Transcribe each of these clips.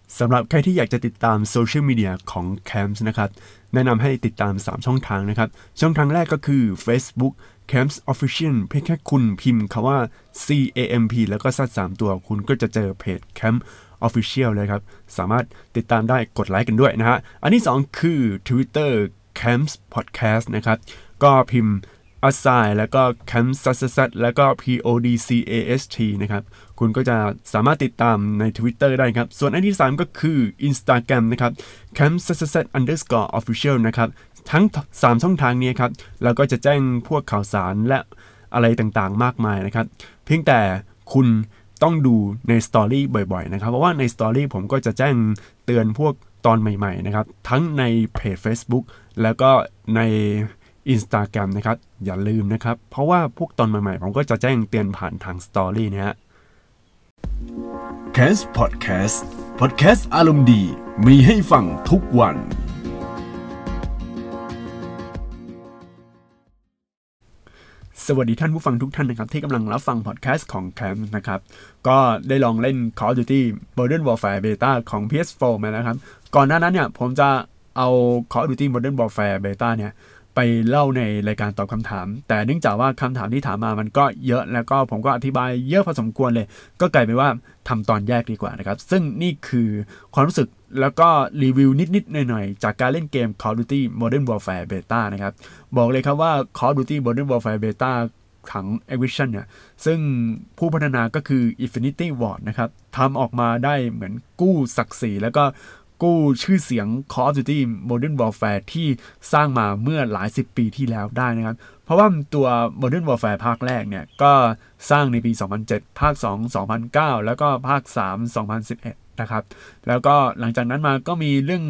สำหรับใครที่อยากจะติดตามโซเชียลมีเดียของ Camps นะครับแนะนำให้ติดตาม3ช่องทางนะครับช่องทางแรกก็คือ Facebook Camps Official เพียงแค่คุณพิมพ์คำว่า CAMP แล้วก็ซัด3ตัวคุณก็จะเจอเพจ Camp Official เลยครับสามารถติดตามได้กดไลค์กันด้วยนะฮะอันที่2คือ Twitter Camps Podcast นะครับก็พิมพ์aside แล้วก็ camps แล้วก็ podcast นะครับคุณก็จะสามารถติดตามใน Twitter ได้ครับส่วนอันที่3ก็คือ Instagram นะครับ camps _official นะครับทั้ง3ช่องทางนี้ครับเราก็จะแจ้งพวกข่าวสารและอะไรต่างๆมากมายนะครับเพียงแต่คุณต้องดูในสตอรี่บ่อยๆนะครับเพราะว่าในสตอรี่ผมก็จะแจ้งเตือนพวกตอนใหม่ๆนะครับทั้งในเพจ Facebook แล้วก็ในInstagram นะครับอย่าลืมนะครับเพราะว่าพวกตอนใหม่ๆผมก็จะแจ้งเตือนผ่านทางสตอรี่นะฮะ Cast Podcast อารมณ์ดีมีให้ฟังทุกวันสวัสดีท่านผู้ฟังทุกท่านนะครับที่กำลังรับฟังพอดแคสต์ของ Camp นะครับก็ได้ลองเล่น Call of Duty Modern Warfare Beta ของ PS4 มาแล้วครับก่อนหน้านั้นเนี่ยผมจะเอา Call of Duty Modern Warfare Beta เนี่ยไปเล่าในรายการตอบคำถามแต่เนื่องจากว่าคำถามที่ถามมามันก็เยอะแล้วก็ผมก็อธิบายเยอะพอสมควรเลยก็กลายเป็นว่าทำตอนแยกดีกว่านะครับซึ่งนี่คือความรู้สึกแล้วก็รีวิวนิดๆหน่อยๆจากการเล่นเกม Call of Duty Modern Warfare Beta นะครับบอกเลยครับว่า Call of Duty Modern Warfare Beta ของ Activision เนี่ยซึ่งผู้พัฒนาก็คือ Infinity Ward นะครับทำออกมาได้เหมือนกู้ศักดิ์ศรีแล้วก็กู้ชื่อเสียง Call of Duty Modern Warfare ที่สร้างมาเมื่อหลาย10ปีที่แล้วได้นะครับเพราะว่าตัว Modern Warfare ภาคแรกเนี่ยก็สร้างในปี 2007 ภาค 2 2009 แล้วก็ภาค 3 2011 นะครับแล้วก็หลังจากนั้นมาก็มีเรื่อง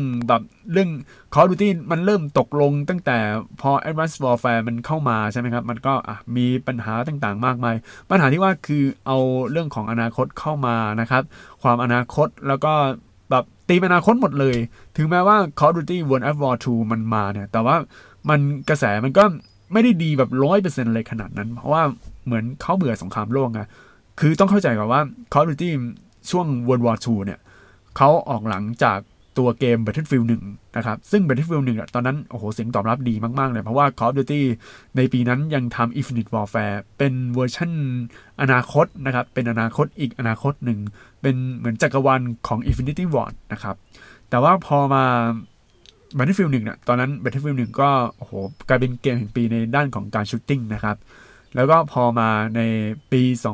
Call of Duty มันเริ่มตกลงตั้งแต่พอ Advanced Warfare มันเข้ามาใช่ไหมครับมันก็มีปัญหาต่างๆมากมายปัญหาที่ว่าคือเอาเรื่องของอนาคตเข้ามานะครับความอนาคตแล้วก็แบบตีอนาคตหมดเลยถึงแม้ว่า Call of Duty World at War 2 มันมาเนี่ยแต่ว่ามันกระแสมันก็ไม่ได้ดีแบบ 100% เลยขนาดนั้นเพราะว่าเหมือนเขาเบื่อสงครามโลกไงคือต้องเข้าใจก่อนว่า Call of Duty ช่วง World War 2 เนี่ยเขาออกหลังจากตัวเกม Battlefield 1 นะครับซึ่ง Battlefield 1 ตอนนั้นโอ้โหเสียงตอบรับดีมากๆเลยเพราะว่า Call of Duty ในปีนั้นยังทำ Infinite Warfare เป็นเวอร์ชันอนาคตนะครับเป็นอนาคตอีกอนาคตหนึ่งเป็นเหมือนจักรวาลของ Infinity Ward นะครับแต่ว่าพอมา Battlefield 1 เนี่ยตอนนั้น Battlefield 1 ก็โอ้โหกลายเป็นเกมแห่งปีในด้านของการชูตติ้งนะครับแล้วก็พอมาในปี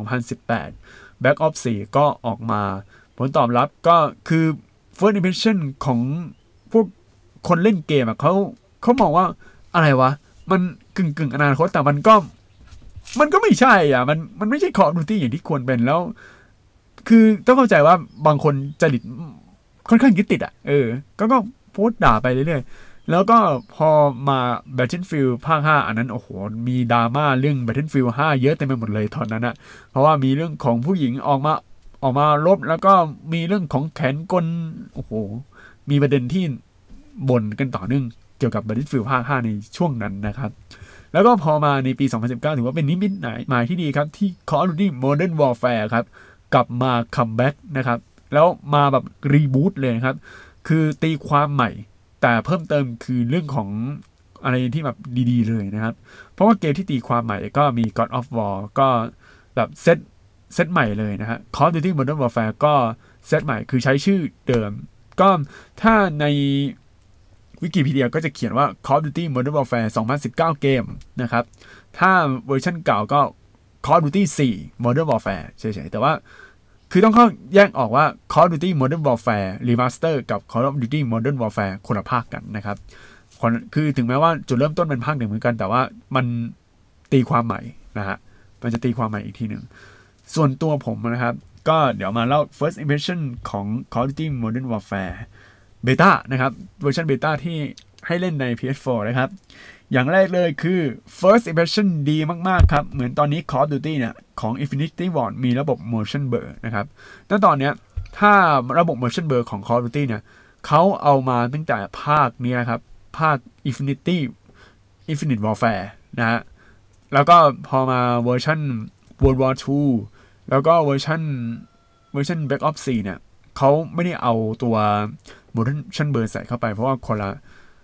2018 Black Ops 4 ก็ออกมาผลตอบรับก็คือ First Impression ของพวกคนเล่นเกมเขามองว่าอะไรวะมันกึ่งอนาคตแต่มันก็ไม่ใช่มันไม่ใช่ Call of Duty อย่างที่ควรเป็นแล้วคือต้องเข้าใจว่าบางคนจริตค่อนข้างยึดติดก็โพสต์ด่าไปเรื่อยๆแล้วก็พอมา Battlefield ภาค 5 อันนั้นโอ้โหมีดราม่าเรื่อง Battlefield 5 เยอะเต็มไปหมดเลยตอนนั้นนะเพราะว่ามีเรื่องของผู้หญิงออกมาลบแล้วก็มีเรื่องของแขนกลโอ้โหมีประเด็นที่บ่นกันต่อเนื่องเกี่ยวกับ Battlefield ภาค 5 ในช่วงนั้นนะครับแล้วก็พอมาในปี 2019 ถือว่าเป็นนิมิตหมายที่ดีครับที่ Call of Duty Modern Warfare ครับกลับมาคัมแบ็กนะครับแล้วมาแบบรีบูตเลยครับคือตีความใหม่แต่เพิ่มเติมคือเรื่องของอะไรที่แบบดีๆเลยนะครับเพราะว่าเกมที่ตีความใหม่ก็มี God of War ก็แบบเซตใหม่เลยนะฮะ Call of Duty Modern Warfare ก็เซตใหม่คือใช้ชื่อเดิมก็ถ้าในวิกิพีเดียก็จะเขียนว่า Call of Duty Modern Warfare 2019 เกมนะครับถ้าเวอร์ชันเก่าก็ Call of Duty 4 Modern Warfare เฉยๆแต่ว่าคือต้องเข้าแยกออกว่า Call of Duty Modern Warfare Remaster กับ Call of Duty Modern Warfare คนละภาคกันนะครับคือถึงแม้ว่าจุดเริ่มต้นเป็นภาคหนึ่งเหมือนกันแต่ว่ามันตีความใหม่นะฮะมันจะตีความใหม่อีกทีหนึ่งส่วนตัวผมนะครับก็เดี๋ยวมาเล่า first impression ของ Call of Duty Modern Warfare Beta นะครับเวอร์ชัน Beta ที่ให้เล่นใน PS4 นะครับอย่างแรกเลยคือ first impression ดีมากๆครับเหมือนตอนนี้ Call of Duty เนี่ยของ Infinity Ward มีระบบ motion blur นะครับตั้งตอนเนี้ยถ้าระบบ motion blur ของ Call of Duty เนี่ยเขาเอามาตั้งแต่ภาคนี้ครับภาค Infinite Warfare นะฮะแล้วก็พอมาเวอร์ชัน World War 2 แล้วก็เวอร์ชัน Black Ops 4 เนี่ยเขาไม่ได้เอาตัว motion blur ใส่เข้าไปเพราะว่าคนละ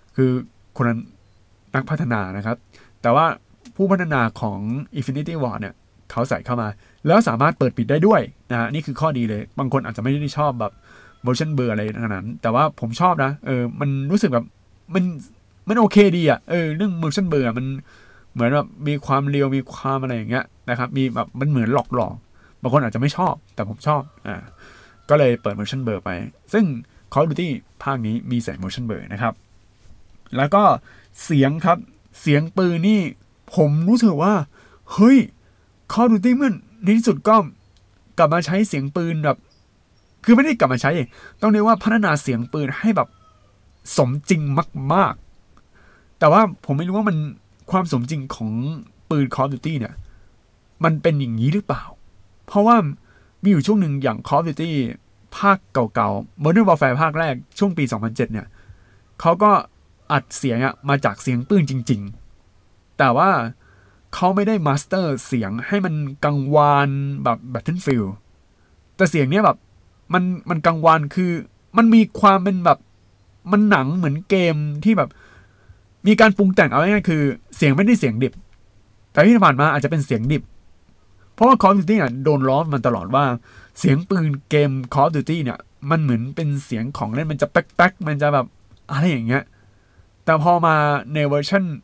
นักพัฒนานะครับแต่ว่าผู้พัฒนาของ Infinity Ward เนี่ยเขาใส่เข้ามาแล้วสามารถเปิดปิดได้ด้วยนะฮะนี่คือข้อดีเลยบางคนอาจจะไม่ได้ชอบแบบ motion blur อะไรขนาดนั้นแต่ว่าผมชอบนะมันรู้สึกแบบมันโอเคดีอ่ะเรื่อง motion blur มันเหมือนแบบมีความเรียวมีความอะไรอย่างเงี้ยนะครับมีแบบมันเหมือนหลอกบางคนอาจจะไม่ชอบแต่ผมชอบก็เลยเปิด motion blur ไปซึ่ง Call of Duty ภาคนี้มีใส่ motion blur นะครับแล้วก็เสียงครับเสียงปืนนี่ผมรู้สึกว่าเฮ้ย Call of Duty มันในที่สุดก็กลับมาใช้เสียงปืนแบบคือไม่ได้กลับมาใช้ต้องเรียกว่าพัฒนาเสียงปืนให้แบบสมจริงมากๆแต่ว่าผมไม่รู้ว่ามันความสมจริงของปืน Call of Duty เนี่ยมันเป็นอย่างนี้หรือเปล่าเพราะว่ามีอยู่ช่วงหนึ่งอย่าง Call of Duty ภาคเก่าๆ Modern Warfare ภาคแรกช่วงปี 2007 เนี่ยเขาก็อัดเสียงมาจากเสียงปืนจริงๆแต่ว่าเขาไม่ได้มาสเตอร์เสียงให้มันกังวานแบบ Battlefield แต่เสียงเนี้ยแบบมันกังวานคือมันมีความเป็นแบบมันหนังเหมือนเกมที่แบบมีการปรุงแต่งเอาง่ายๆคือเสียงไม่ได้เสียงดิบแต่ที่ผ่านมาอาจจะเป็นเสียงดิบเพราะว่า Call of Duty เนี่ยโดนล้อมันตลอดว่าเสียงปืนเกม Call of Duty เนี่ยมันเหมือนเป็นเสียงของเล่นมันจะแป๊กๆมันจะแบบอะไรอย่างเงี้ยแต่พอมาในเวอร์ชัน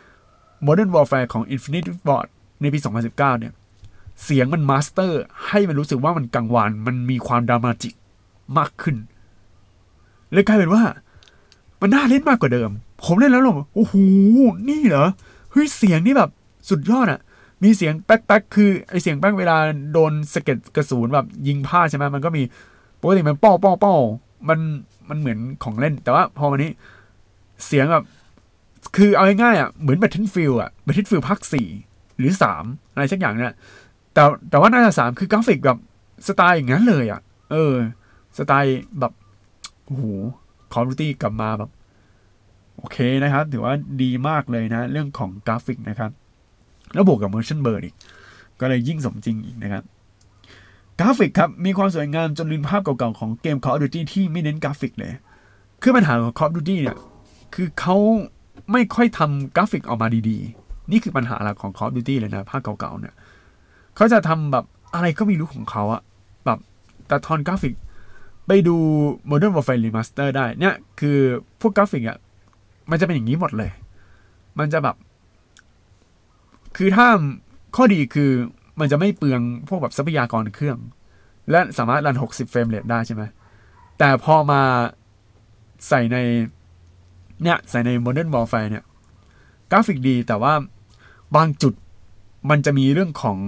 Modern Warfare ของ Infinity Ward ในปี 2019 เนี่ยเสียงมันมาสเตอร์ให้มันรู้สึกว่ามันกังวานมันมีความดรามาติกมากขึ้นเลยกลายเป็นว่ามันน่าเล่นมากกว่าเดิมผมเล่นแล้วหรอโอ้โหนี่เหรอเฮ้ยเสียงนี่แบบสุดยอดอ่ะมีเสียงแป๊กๆคือไอเสียงแป๊กเวลาโดนสะเก็ดกระสุนแบบยิงพลาดใช่ไหมมันก็มีปกติมันป้อมันเหมือนของเล่นแต่ว่าพอวันนี้เสียงแบบคือเอาง่ายๆอ่ะเหมือน Battlefield อ่ะ Battlefield ภาค 4 หรือ 3อะไรสักอย่างเนี่ยแต่ว่าน่าจะ 3คือกราฟิกแบบสไตล์อย่างนั้นเลยอ่ะสไตล์แบบโอ้โห Call of Duty กลับมาแบบโอเคนะครับถือว่าดีมากเลยนะเรื่องของกราฟิกนะครับแล้วบวกกับ motion blur อีกก็เลยยิ่งสมจริงอีกนะครับกราฟิกครับมีความสวยงามจนลืมภาพเก่าๆของเกม Call of Duty ที่ไม่เน้นกราฟิกเลยคือปัญหาของ Call of Duty เนี่ยคือเขาไม่ค่อยทำกราฟิกออกมาดีๆนี่คือปัญหาหลักของ Call of Duty เลยนะภาคเก่าๆเนี่ยเขาจะทำแบบอะไรก็ไม่รู้ของเขาอะแบบแต่ทอนกราฟิกไปดู Modern Warfare Remaster ได้เนี่ยคือพวกกราฟิกอะมันจะเป็นอย่างนี้หมดเลยมันจะแบบคือถ้าข้อดีคือมันจะไม่เปลืองพวกแบบทรัพยากรเครื่องและสามารถรัน60เฟรมเรทได้ใช่ไหมแต่พอมาใส่ใน Modern Warfare เนี่ยกราฟิกดีแต่ว่าบางจุดมันจะมีเรื่องของ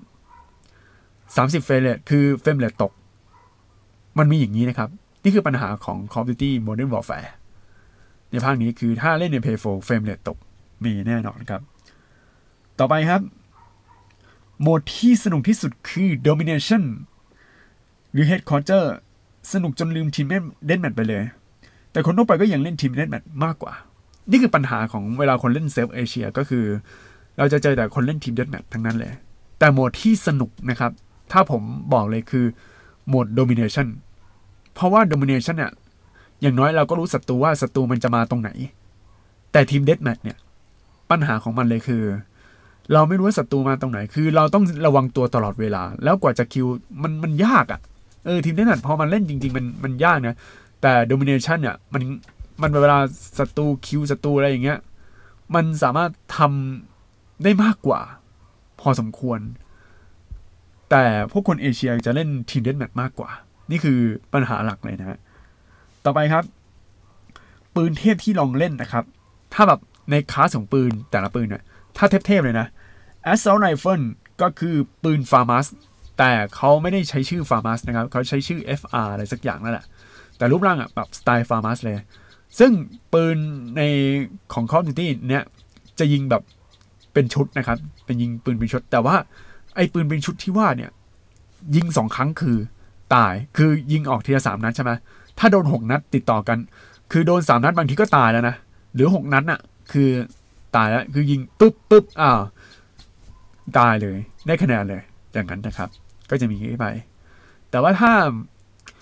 30เฟรมเรทคือเฟรมเรทตกมันมีอย่างนี้นะครับนี่คือปัญหาของ Call of Duty Modern Warfare ในภาคนี้คือถ้าเล่นใน Play 4 เฟรมเรทตกมีแน่นอนครับต่อไปครับโหมดที่สนุกที่สุดคือ Domination หรือ Headquarter สนุกจนลืมทีมเล่นแมตช์ไปเลยแต่คนทั่วไปก็ยังเล่นทีมเล่นแมตช์มากกว่านี่คือปัญหาของเวลาคนเล่นเซฟเอเชียก็คือเราจะเจอแต่คนเล่นทีมเล่นแมตช์ทั้งนั้นเลยแต่โหมดที่สนุกนะครับถ้าผมบอกเลยคือโหมด Domination เพราะว่า Domination เนี่ยอย่างน้อยเราก็รู้ศัตรูว่าศัตรูมันจะมาตรงไหนแต่ทีมเดธแมทเนี่ยปัญหาของมันเลยคือเราไม่รู้ว่าศัตรูมาตรงไหนคือเราต้องระวังตัวตลอดเวลาแล้วกว่าจะคิวมันยากอ่ะทีมเดธแมทพอมันเล่นจริงๆมันยากนะแต่ Domination เนี่ยมันเวลาศัตรูคิวศัตรูอะไรอย่างเงี้ยมันสามารถทำได้มากกว่าพอสมควรแต่พวกคนเอเชียจะเล่นทีมเดธแมทมากกว่านี่คือปัญหาหลักเลยนะต่อไปครับปืนเทพที่ลองเล่นนะครับถ้าแบบในคลาสของปืนแต่ละปืนเนี่ยถ้าเทพๆเลยนะ Assault Rifle ก็คือปืน FAMAS แต่เขาไม่ได้ใช้ชื่อ FAMAS นะครับเขาใช้ชื่อ FR อะไรสักอย่างนั่นแหละแต่รูปร่างแบบสไตล์ FAMAS เลยซึ่งปืนในของ Call of Duty เนี่ยจะยิงแบบเป็นชุดนะครับเป็นยิงปืนเป็นชุดแต่ว่าไอ้ปืนเป็นชุดที่ว่าเนี่ยยิง2ครั้งคือตายคือยิงออกทีละ3นัดใช่ไหมถ้าโดน6นัดติดต่อกันคือโดน3นัดบางทีก็ตายแล้วนะหรือ6นัดน่ะคือตายแล้วคือยิงปุ๊บตายเลยได้คะแนนเลยอย่างนั้นนะครับก็จะมีอย่างนี้ไปแต่ว่าถ้า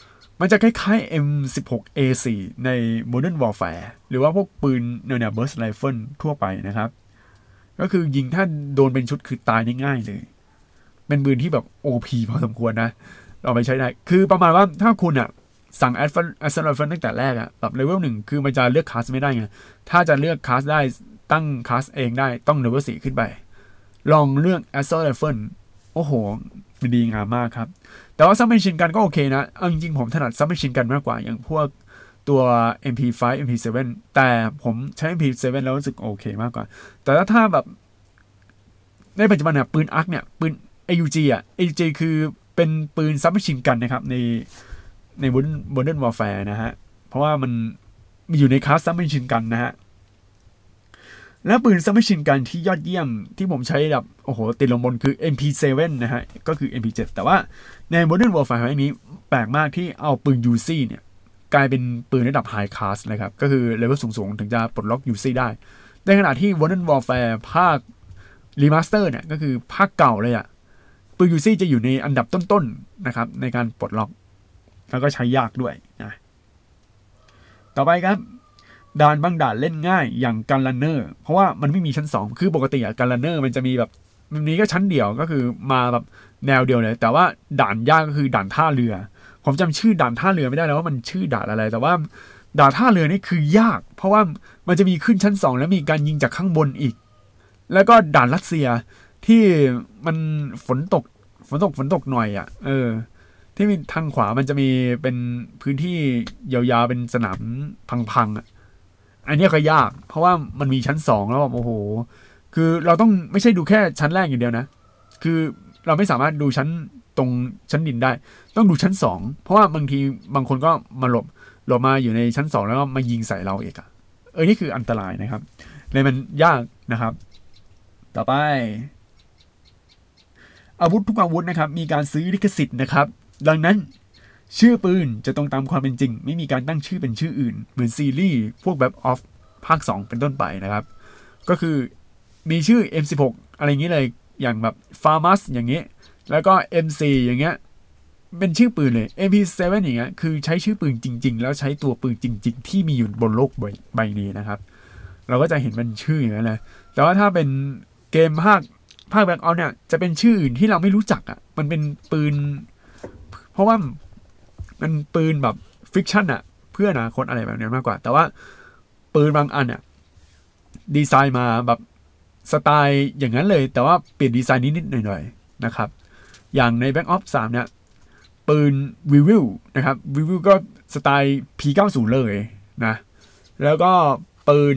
มันจะคล้ายๆ M16A4 ใน Modern Warfare หรือว่าพวกปืนแนว Burst Rifle ทั่วไปนะครับก็คือยิงถ้าโดนเป็นชุดคือตายได้ง่ายเลยเป็นปืนที่แบบ OP พอสมควรนะเราไปใช้ได้คือประมาณว่าถ้าคุณอ่ะสั่ง Assault Rifle ตั้งแต่แรกอ่ะแบบเลเวล1คือมันจะเลือกคลาสไม่ได้ไงถ้าจะเลือกคลาสได้ตั้งคลาสเองได้ต้องเลเวล4ขึ้นไปลองเลือก Assault Rifle โอ้โหมันดีงามมากครับแต่ว่า Submachine Gun ก็โอเคนะเอาจริงๆผมถนัด Submachine Gun มากกว่าอย่างพวกตัว MP5 MP7 แต่ผมใช้ MP7 แล้วรู้สึกโอเคมากกว่าแต่ถ้าแบบในปัจจุบันเนี่ยปืนอาร์คเนี่ยปืน AUG อ่ะ AUG คือเป็นปืน Submachine Gun นะครับใน Modern Warfare นะฮะเพราะว่ามันมีอยู่ในคลาส Submachine Gun นะฮะแล้วปืน Submachine Gun ที่ยอดเยี่ยมที่ผมใช้แบบโอ้โหติดลงบนคือ MP7 นะฮะก็คือ MP7 แต่ว่าใน Modern Warfare ครั้งนี้แปลกมากที่เอาปืน UC เนี่ยกลายเป็นปืนระดับ High Class เลยครับก็คือเลเวลสูงๆถึงจะปลดล็อก UC ได้ในขณะที่ Modern Warfare ภาค Remaster เนี่ยก็คือภาคเก่าเลยอะปืน UC จะอยู่ในอันดับต้นๆนะครับในการปลดล็อกแล้วก็ใช้ยากด้วยนะต่อไปครับด่านบางด่านเล่นง่ายอย่างการรันเนอร์เพราะว่ามันไม่มีชั้น2คือปกติอะการรันเนอร์มันจะมีแบบมันนี้ก็ชั้นเดียวก็คือมาแบบแนวเดียวเลยแต่ว่าด่านยากก็คือด่านท่าเรือผมจำชื่อด่านท่าเรือไม่ได้แล้วว่ามันชื่อด่านอะไรแต่ว่าด่านท่าเรือนี่คือยากเพราะว่ามันจะมีขึ้นชั้น2แล้วมีการยิงจากข้างบนอีกแล้วก็ด่านรัสเซียที่มันฝนตกหน่อยอ่ะที่มีทางขวามันจะมีเป็นพื้นที่ยาวๆเป็นสนามพังๆอ่ะอันนี้ก็ยากเพราะว่ามันมีชั้น2แล้วแบบโอ้โหคือเราต้องไม่ใช่ดูแค่ชั้นแรกอย่างเดียวนะคือเราไม่สามารถดูชั้นตรงชั้นดินได้ต้องดูชั้น2เพราะว่าบางทีบางคนก็มาหลบมาอยู่ในชั้น2แล้วก็มายิงใส่เราเองอ่ะนี่คืออันตรายนะครับเลยมันยากนะครับต่อไปอาวุธทุกอาวุธนะครับมีการซื้อลิขสิทธิ์นะครับดังนั้นชื่อปืนจะตรงตามความเป็นจริงไม่มีการตั้งชื่อเป็นชื่ออื่นเหมือนซีรีส์พวกแบบออฟภาค2เป็นต้นไปนะครับก็คือมีชื่อ M16 อะไรอย่างนี้เลยอย่างแบบ Farmas อย่างนี้แล้วก็ M4 อย่างเงี้ยเป็นชื่อปืนเลย MP7 อย่างเงี้ยคือใช้ชื่อปืนจริงๆแล้วใช้ตัวปืนจริงๆที่มีอยู่บนโลกใบนี้นะครับเราก็จะเห็นมันชื่ออย่างนั้นเลยแต่ว่าถ้าเป็นเกมภาคแบ็คเอาท์เนี่ยจะเป็นชื่ออื่นที่เราไม่รู้จักอ่ะมันเป็นปืนเพราะว่ามันปืนแบบฟิกชันอ่ะเพื่ออนาคตอะไรแบบนี้มากกว่าแต่ว่าปืนบางอันเนี่ยดีไซน์มาแบบสไตล์อย่างนั้นเลยแต่ว่าเปลี่ยนดีไซน์นิดๆหน่อยๆนะครับอย่างใน Black Ops 3เนี่ยปืน Viviu นะครับ Viviu ก็สไตล์ P90 เลยนะแล้วก็ปืน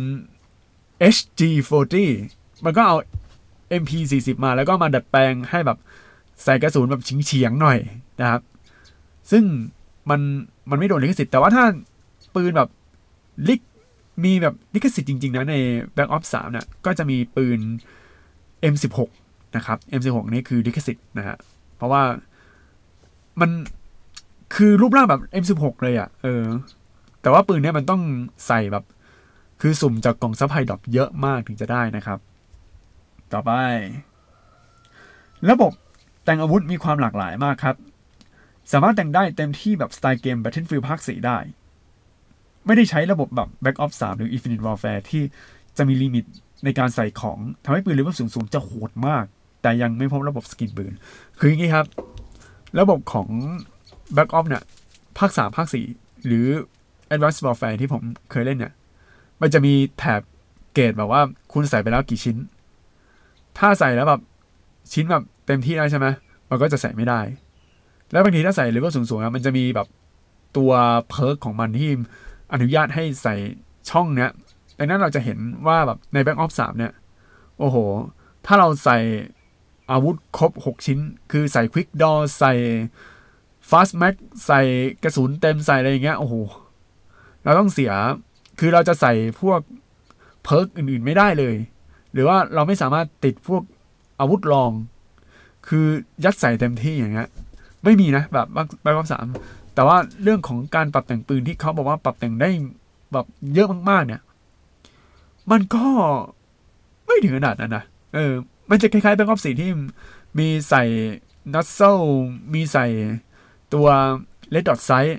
HG40 มันก็เอา MP40 มาแล้วก็มาดัดแปลงให้แบบใส่กระสุนแบบเฉียงๆหน่อยนะครับซึ่งมันไม่โดนลิขสิทธิ์แต่ว่าถ้าปืนแบบมีแบบลิขสิทธิ์จริงๆนะใน Black Ops 3เนี่ยก็จะมีปืน M16 นะครับ M16 นี่คือลิขสิทธิ์นะฮะเพราะว่ามันคือรูปร่างแบบ M16 เลยอ่ะแต่ว่าปืนเนี้ยมันต้องใส่แบบคือสุ่มจากกล่องซัพพลายดรอปเยอะมากถึงจะได้นะครับต่อไประบบแต่งอาวุธมีความหลากหลายมากครับสามารถแต่งได้เต็มที่แบบสไตล์เกม Battlefield ภาค 4 ได้ไม่ได้ใช้ระบบแบบ Black Ops 3 หรือ Infinite Warfare ที่จะมีลิมิตในการใส่ของทำให้ปืนเลเวลสูงๆจะโหดมากแต่ยังไม่พบระบบสกินปืนคืออย่างนี้ครับระบบของ Black Ops เนี่ยภาค 3 ภาค 4 หรือ Advanced Warfare ที่ผมเคยเล่นเนี่ยมันจะมีแถบเกรดแบบว่าคุณใส่ไปแล้วกี่ชิ้นถ้าใส่แล้วแบบชิ้นแบบเต็มที่แล้วใช่ไหมมันก็จะใส่ไม่ได้แล้วบางทีถ้าใส่เลเวลสูงๆมันจะมีแบบตัวเพิร์กของมันที่อนุญาตให้ใส่ช่องเนี้ยดังนั้นเราจะเห็นว่าแบบใน Black Ops 3เนี่ยโอ้โหถ้าเราใส่อาวุธครบ6ชิ้นคือใส่ Quick Draw ใส่ Fast Mag ใส่กระสุนเต็มใส่อะไรอย่างเงี้ยโอ้โหเราต้องเสียคือเราจะใส่พวกเพิร์กอื่นๆไม่ได้เลยหรือว่าเราไม่สามารถติดพวกอาวุธรองคือยัดใส่เต็มที่อย่างเงี้ยไม่มีนะแบบBlack Ops 3แต่ว่าเรื่องของการปรับแต่งปืนที่เขาบอกว่าปรับแต่งได้แบบเยอะมากๆเนี่ยมันก็ไม่ถึงขนาดนั้นนะมันจะคล้ายๆBlack Ops 4ที่มีใส่นัสเซิลมีใส่ตัว Red Dot Sight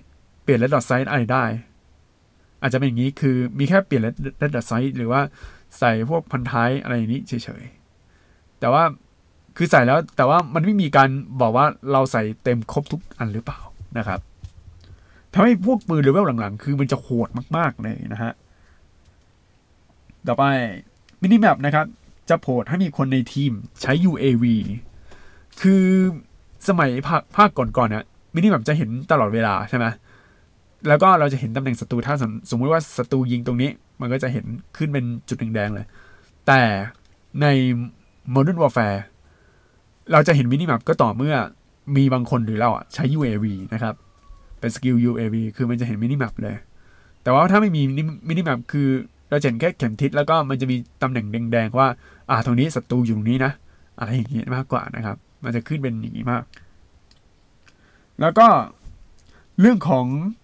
เปลี่ยน red dot size อะไรได้อาจจะเป็นอย่างนี้คือมีแค่เปลี่ยน red dot size หรือว่าใส่พวกพันท้ายอะไรอย่างนี้เฉยๆแต่ว่าคือใส่แล้วแต่ว่ามันไม่มีการบอกว่าเราใส่เต็มครบทุกอันหรือเปล่านะครับทำให้พวกปืนเลเวลหลังๆคือมันจะโหดมากๆเลยนะฮะต่อไปมินิแมปนะครับจะโผล่ให้มีคนในทีมใช้ UAV คือสมัยภาคก่อนๆเนี่ยมินิแมปจะเห็นตลอดเวลาใช่ไหมแล้วก็เราจะเห็นตำแหน่งศัตรูถ้าสมมติว่าศัตรูยิงตรงนี้มันก็จะเห็นขึ้นเป็นจุดแดงๆเลยแต่ใน Modern Warfare เราจะเห็นมินิแมปก็ต่อเมื่อมีบางคนหรือเราใช้ UAV นะครับเป็นสกิล UAV คือมันจะเห็นมินิแมปเลยแต่ว่าถ้าไม่มีมินิแมปคือเราเห็นแค่เข็มทิศแล้วก็มันจะมีตำแหน่งแดงๆว่าตรงนี้ศัตรูอยู่ตรงนี้นะอะไรอย่างนี้มากกว่านะครับมันจะขึ้นเป็นอย่างนี้มากแล้วก็เรื่องของ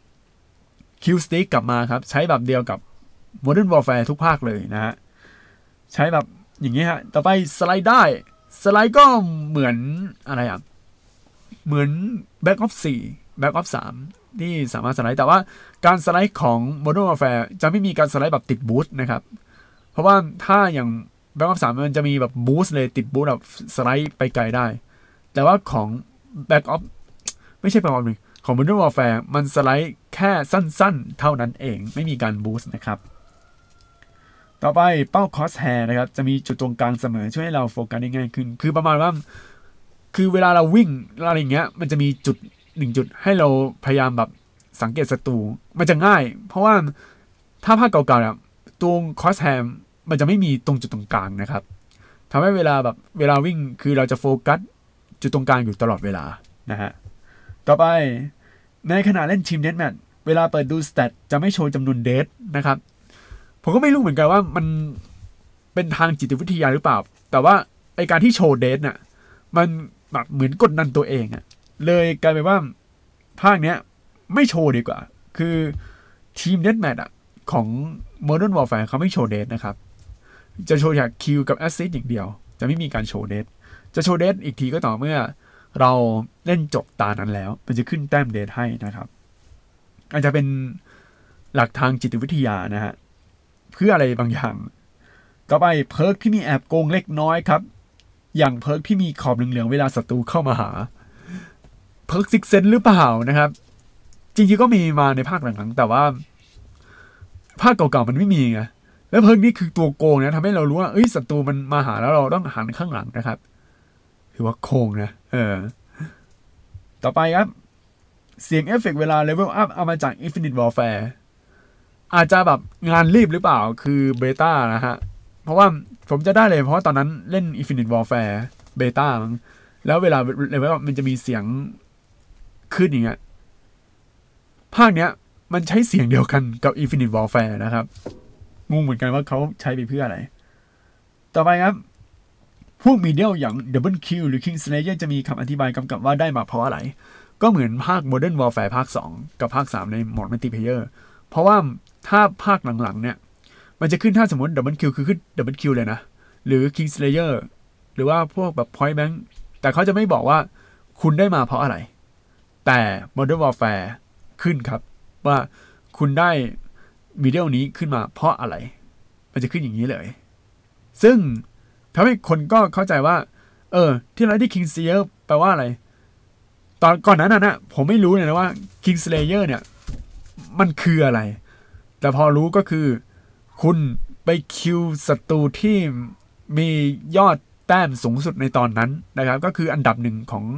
Kill Stick กลับมาครับใช้แบบเดียวกับ Modern Warfare ทุกภาคเลยนะฮะใช้แบบอย่างนี้ฮะต่อไปสไลด์ได้สไลด์ก็เหมือนอะไรเหมือน Black Ops 4 Black Ops 3ที่สามารถสไลด์แต่ว่าการสไลด์ของ Modern Warfare จะไม่มีการสไลด์แบบติดบูสต์นะครับเพราะว่าถ้าอย่าง Black Ops 3มันจะมีแบบบูสต์เลยติดบูสต์แบบสไลด์ไปไกลได้แต่ว่าของ Black Ops ไม่ใช่ Black Ops ของ Modern Warfare มันสไลด์แค่สั้นๆเท่านั้นเองไม่มีการบูสต์นะครับต่อไปเป้า crosshair นะครับจะมีจุดตรงกลางเสมอช่วยให้เราโฟกัสได้ง่ายขึ้นคือประมาณว่าคือเวลาเราวิ่งอะไรอย่างเงี้ยมันจะมีจุด1จุดให้เราพยายามแบบสังเกตศัตรูมันจะง่ายเพราะว่าถ้าภาคเก่าๆเนี่ยตรง crosshair มันจะไม่มีตรงจุดตรงกลางนะครับทำให้เวลาวิ่งคือเราจะโฟกัสจุดตรงกลางอยู่ตลอดเวลานะฮะต่อไปในขณะเล่นทีมเดธแมทเวลาเปิดดูสแตทจะไม่โชว์จำนวนเดธนะครับผมก็ไม่รู้เหมือนกันว่ามันเป็นทางจิตวิทยาหรือเปล่าแต่ว่าไอการที่โชว์เดทเนี่ยมันแบบเหมือนกดดันตัวเองอะเลยกลายเป็นว่าภาคเนี้ยไม่โชว์ดีกว่าคือทีมเดธแมทของ Modern Warfare เขาไม่โชว์เดทนะครับจะโชว์จากคิวกับแอสซิสต์อย่างเดียวจะไม่มีการโชว์เดทจะโชว์เดทอีกทีก็ต่อเมื่อเราเล่นจบตานั้นแล้วมันจะขึ้นแต้มเดทให้นะครับอาจจะเป็นหลักทางจิตวิทยานะฮะเพื่ออะไรบางอย่างต่อไปเพิร์กที่มีแอบโกงเล็กน้อยครับอย่างเพิร์กที่มีขอบเหลืองๆเวลาศัตรูเข้ามาหาเพิร์กซิกเซนหรือเปล่านะครับจริงๆก็มีมาในภาคหลังๆแต่ว่าภาคเก่าๆมันไม่มีไงแล้วเพิร์กนี่คือตัวโกงนะทำให้เรารู้ว่าศัตรูมันมาหาแล้วเราต้องหันข้างหลังนะครับถือว่าโกงนะต่อไปครับเสียงเอฟเฟกต์เวลาเลเวลอัพเอามาจาก Infinite Warfareอาจจะแบบงานรีบหรือเปล่าคือเบต้านะฮะเพราะว่าผมจะได้เลยเพราะว่าตอนนั้นเล่น Infinite Warfare เบต้าแล้วเวลาเลเวลมันจะมีเสียงขึ้นอย่างเงี้ยภาคเนี้ยมันใช้เสียงเดียวกันกับ Infinite Warfare นะครับงงเหมือนกันว่าเขาใช้ไปเพื่ออะไรต่อไปครับพวกมีเดียลอย่าง Double Kill หรือ King Slayer จะมีคำอธิบายกำกับว่าได้มาเพราะอะไรก็เหมือนภาค Modern Warfare ภาค 2 กับภาค 3 ในโหมด Multiplayer เพราะว่าถ้าภาคหลังๆเนี่ยมันจะขึ้นถ้าสมมติ Double Kill คือขึ้น Double Kill เลยนะหรือ King Slayer หรือว่าพวกแบบ Point Blank แต่เขาจะไม่บอกว่าคุณได้มาเพราะอะไรแต่ Modern Warfare ขึ้นครับว่าคุณได้มีเดียลนี้ขึ้นมาเพราะอะไรมันจะขึ้นอย่างนี้เลยซึ่งทำให้คนก็เข้าใจว่าที่เราได้ King Slayer แปลว่าอะไรตอนก่อนนั้นนะผมไม่รู้เลยนะว่า King Slayer เนี่ยมันคืออะไรแต่พอรู้ก็คือคุณไปคิวศัตรูที่มียอดแต้มสูงสุดในตอนนั้นนะครับก็คืออันดับหนึ่ง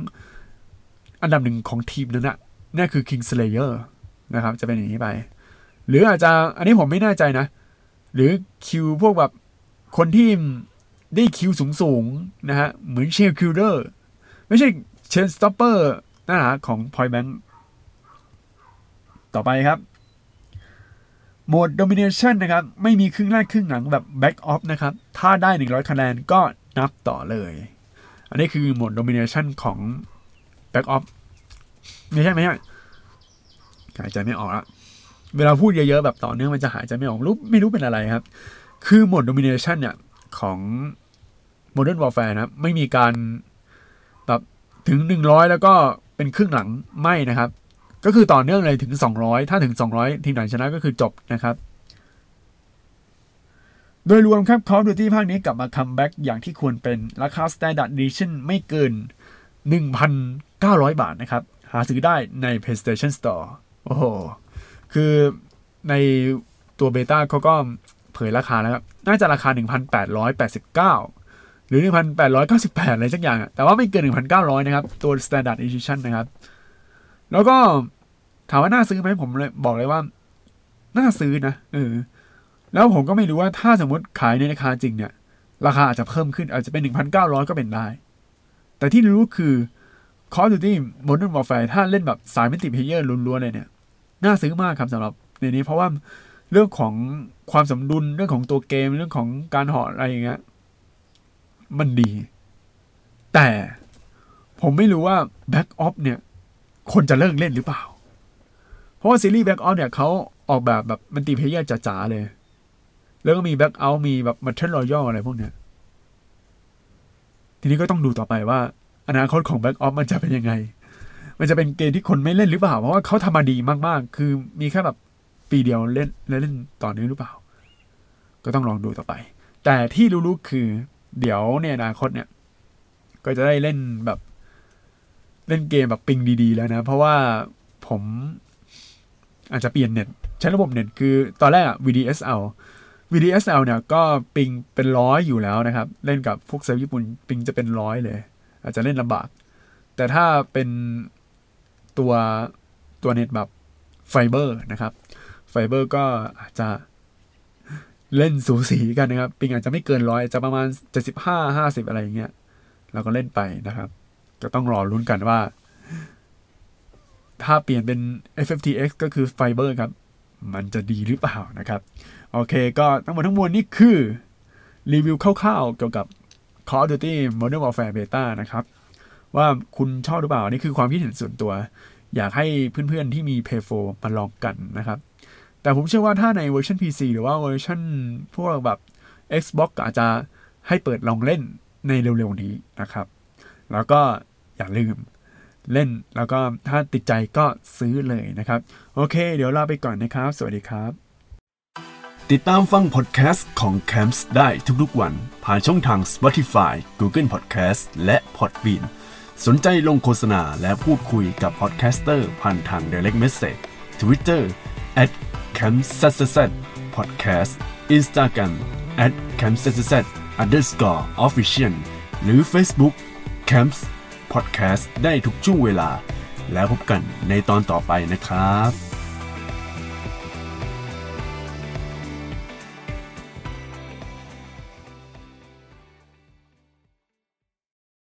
ของทีมนั้นนั่นคือ King Slayer นะครับจะเป็นอย่างนี้ไปหรืออาจจะอันนี้ผมไม่แน่ใจนะหรือคิวพวกแบบคนที่ได้คิวสูงๆนะฮะเหมือนเชลคิลเลอร์ไม่ใช่เชนสต็อปเปอร์นะของ Point Blank ต่อไปครับโหมด Domination นะครับไม่มีครึ่งแรกครึ่งหลังแบบ Back Off นะครับถ้าได้100คะแนนก็นับต่อเลยอันนี้คือโหมด Domination ของ Back Off ไม่ใช่หายใจไม่ออกละเวลาพูดเยอะๆแบบต่อเนื่องมันจะหายใจไม่ออกไม่รู้เป็นอะไรครับคือโหมด Domination เนี่ยของ Modern Warfare นะไม่มีการแบบถึง100แล้วก็เป็นครึ่งหลังไม่นะครับก็คือต่อเนื่องเลยถึง200ถ้าถึง200ทีมไหนชนะก็คือจบนะครับโดยรวมครับ Call of Duty ภาคนี้กลับมาคัมแบ็กอย่างที่ควรเป็นราคา Standard Edition ไม่เกิน 1,900 บาทนะครับหาซื้อได้ใน PlayStation Store โอ้โหคือในตัวเบต้าเขาก็เผยราคาแล้วครับน่าจะราคา 1,889 หรือ 1,898 อะไรสักอย่างแต่ว่าไม่เกิน 1,900 นะครับตัว Standard Edition นะครับแล้วก็ถามว่าน่าซื้อไหมผมเลยบอกเลยว่าน่าซื้อนะแล้วผมก็ไม่รู้ว่าถ้าสมมติขายในราคาจริงเนี่ยราคาอาจจะเพิ่มขึ้นอาจจะเป็น 1,900 ก็เป็นได้แต่ที่รู้คือ Call of Duty Modern Warfare ถ้าเล่นแบบสายมัลติเพลเยอร์ล้วนๆเลยเนี่ยน่าซื้อมากครับสำหรับในนี้เพราะว่าเรื่องของความสมดุลเรื่องของตัวเกมเรื่องของการเหาะอะไรอย่างเงี้ยมันดีแต่ผมไม่รู้ว่า Black Ops เนี่ยคนจะเลิกเล่นหรือเปล่าเพราะว่าซีรีส์ Black Ops เนี่ยเขาออกแบบมัลติเพลเยอร์จ๋าๆเลยแล้วก็มี Black Ops มีแบบ Battle Royale อะไรพวกเนี้ยทีนี้ก็ต้องดูต่อไปว่าอนาคตของ Black Ops มันจะเป็นยังไงมันจะเป็นเกมที่คนไม่เล่นหรือเปล่าเพราะว่าเขาทำมาดีมากๆคือมีแค่แบบปีเดียวเล่นต่อเนื่องหรือเปล่าก็ต้องลองดูต่อไปแต่ที่รู้ๆคือเดี๋ยวในอนาคตเนี่ยก็จะได้เล่นแบบเล่นเกมแบบปิงดีๆแล้วนะเพราะว่าผมอาจจะเปลี่ยนเน็ตใช้ระบบเน็ตคือตอนแรกอะ VDSL เนี่ยก็ปิงเป็น100อยู่แล้วนะครับเล่นกับพวกเซิร์ฟญี่ปุ่นปิงจะเป็น100เลยอาจจะเล่นลำบากแต่ถ้าเป็นตัวเน็ตแบบไฟเบอร์นะครับไฟเบอร์ก็อาจจะเล่นสูสีกันนะครับปิงอาจจะไม่เกิน100จะประมาณ75-50อะไรอย่างเงี้ยเราก็เล่นไปนะครับก็ต้องรอลุ้นกันว่าถ้าเปลี่ยนเป็น FFTX ก็คือไฟเบอร์ครับมันจะดีหรือเปล่านะครับโอเคก็ทั้งหมดทั้งมวลนี่คือรีวิวคร่าวๆเกี่ยวกับ Call of Duty Modern Warfare Beta นะครับว่าคุณชอบหรือเปล่านี่คือความคิดเห็นส่วนตัวอยากให้เพื่อนๆที่มี Play 4มาลองกันนะครับแต่ผมเชื่อว่าถ้าในเวอร์ชัน PC หรือว่าเวอร์ชันพวกแบบ Xbox อาจจะให้เปิดลองเล่นในเร็วๆนี้นะครับแล้วก็อย่าลืมเล่นแล้วก็ถ้าติดใจก็ซื้อเลยนะครับโอเคเดี๋ยวลาไปก่อนนะครับสวัสดีครับติดตามฟังพอดแคสต์ของ Camps ได้ทุกๆวันผ่านช่องทาง Spotify, Google Podcast และ Podbean สนใจลงโฆษณาและพูดคุยกับพอดแคสเตอร์ผ่านทาง Direct Message Twitter @campszzz podcast Instagram @campszzz_official หรือ Facebook Camps Podcast ได้ทุกช่วงเวลาแล้วพบกันในตอนต่อไปนะครับ